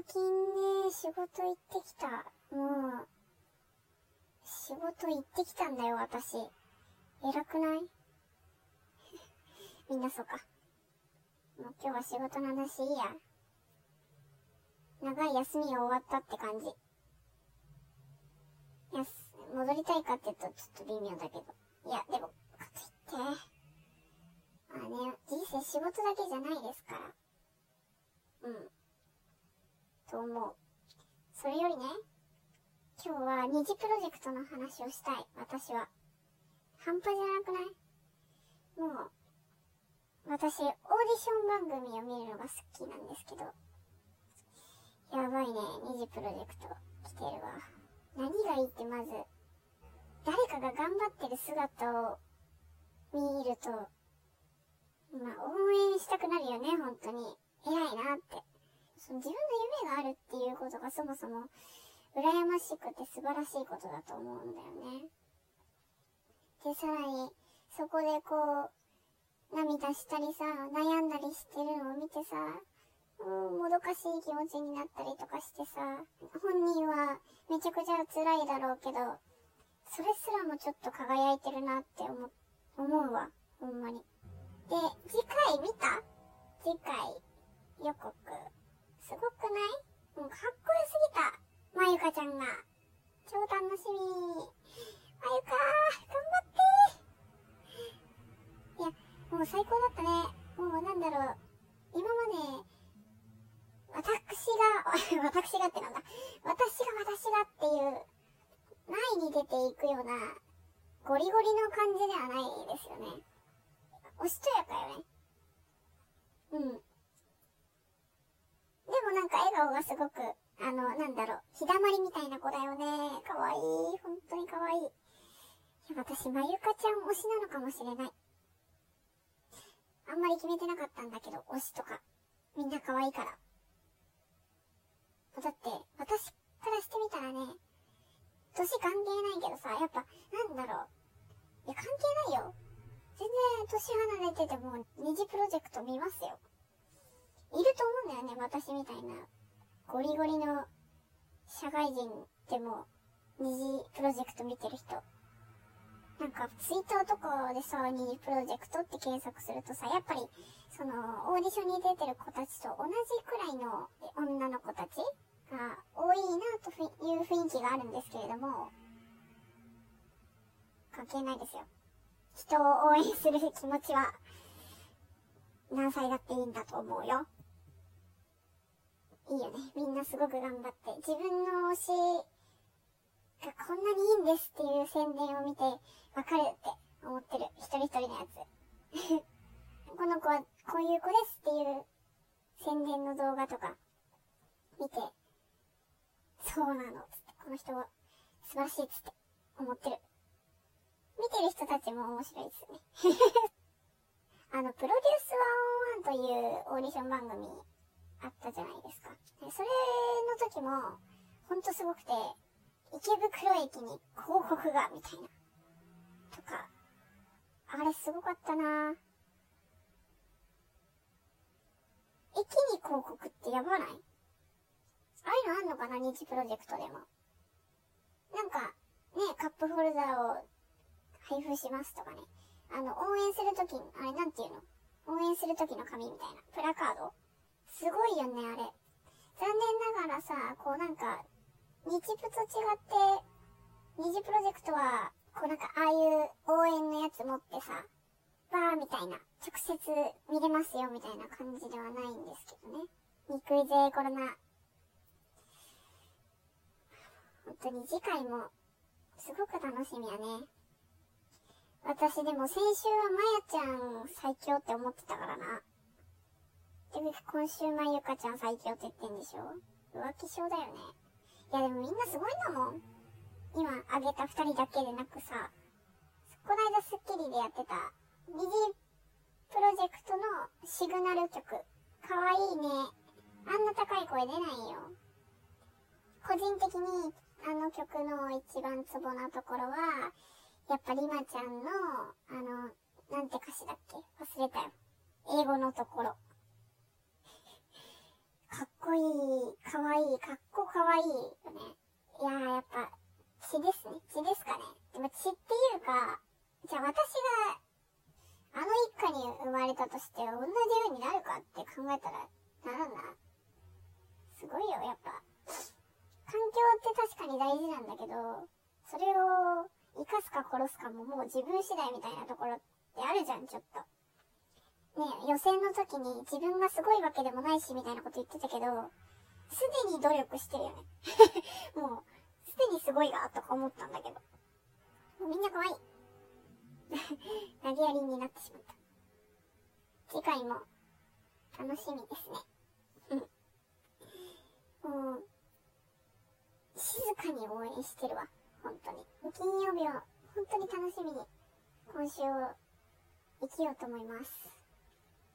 近ね、仕事行ってきた。もう、仕事行ってきたんだよ、私。偉くない？みんなそうか。もう今日は仕事の話いいや。長い休みが終わったって感じ。戻りたいかって言うとちょっと微妙だけど。いや、でも、かといって。人生仕事だけじゃないですから。と思う。それよりね、今日は二次プロジェクトの話をしたい、私は。半端じゃなくない？もう、私、オーディション番組を見るのが好きなんですけど、やばいね、二次プロジェクト来てるわ。何がいいってまず、誰かが頑張ってる姿を見ると、応援したくなるよね、本当に。偉いなって。自分の夢があるっていうことがそもそも羨ましくて素晴らしいことだと思うんだよね。で、さらに、そこで涙したりさ、悩んだりしてるのを見てさ、もどかしい気持ちになったりとかしてさ、本人はめちゃくちゃ辛いだろうけど、それすらもちょっと輝いてるなって思うわ、ほんまに。で、次回見た？次回予告。すごくない？もうかっこよすぎた。まゆかちゃんが。超楽しみ。まゆかー、頑張ってー。いや、もう最高だったね。もうなんだろう。今まで、私がってなんだ。私がっていう、前に出ていくような、ゴリゴリの感じではないですよね。おしとやかよね。でもなんか笑顔がすごく、日だまりみたいな子だよね。かわいい。本当にかわいい。いや、私、まゆかちゃん推しなのかもしれない。あんまり決めてなかったんだけど、推しとか。みんなかわいいから。だって、私からしてみたらね、年関係ないけどさ、やっぱ、なんだろう。いや、関係ないよ。全然年離れてても、二次プロジェクト見ますよ。いると思うんだよね、私みたいな。ゴリゴリの社会人でも二次プロジェクト見てる人。なんかツイッターとかでさ、二次プロジェクトって検索するとさ、やっぱりそのオーディションに出てる子たちと同じくらいの女の子たちが多いなという雰囲気があるんですけれども、関係ないですよ。人を応援する気持ちは何歳だっていいんだと思うよ。いいよね。みんなすごく頑張って、自分の推しがこんなにいいんですっていう宣伝を見てわかるって思ってる。一人一人のやつ。この子はこういう子ですっていう宣伝の動画とか見て、そうなのつって、この人は素晴らしいっつって思ってる。見てる人たちも面白いですよね。プロデュース101というオーディション番組あったじゃないですか。それの時も、ほんとすごくて、池袋駅に広告が、みたいな。とか、あれすごかったな。駅に広告ってやばない？ああいうのあんのかな、二次プロジェクトでも。なんか、ね、カップホルダーを配布しますとかね。応援するときに、あれなんていうの？応援するときの紙みたいな。プラカード？すごいよね、あれ。残念ながらさ、なんか、日プと違って、二次プロジェクトは、ああいう応援のやつ持ってさ、バーみたいな、直接見れますよみたいな感じではないんですけどね。にくいぜ、コロナ。本当に次回も、すごく楽しみやね。私でも先週はまやちゃん最強って思ってたからな。で、今週まゆかちゃん最強って言ってんでしょ？浮気症だよね。いやでもみんなすごいんだもん。今あげた二人だけでなくさ、こないだスッキリでやってた二次プロジェクトのシグナル曲。かわいいね。あんな高い声出ないよ。個人的にあの曲の一番ツボなところは、やっぱりまちゃんの、なんて歌詞だっけ？忘れたよ。英語のところ。かっこいい、かわい愛いよね。いやー、やっぱ、血ですね。血ですかね。でも血っていうか、じゃあ私が、あの一家に生まれたとして同じようになるかって考えたら、ならんな。すごいよ、やっぱ。環境って確かに大事なんだけど、それを生かすか殺すかももう自分次第みたいなところってあるじゃん、ちょっと。ねえ、予選の時に自分がすごいわけでもないしみたいなこと言ってたけど、すでに努力してるよね。もう、すでにすごいが、とか思ったんだけど。もうみんな可愛い。投げやりになってしまった。次回も楽しみですね。もう、静かに応援してるわ。本当に。金曜日は本当に楽しみに今週を生きようと思います。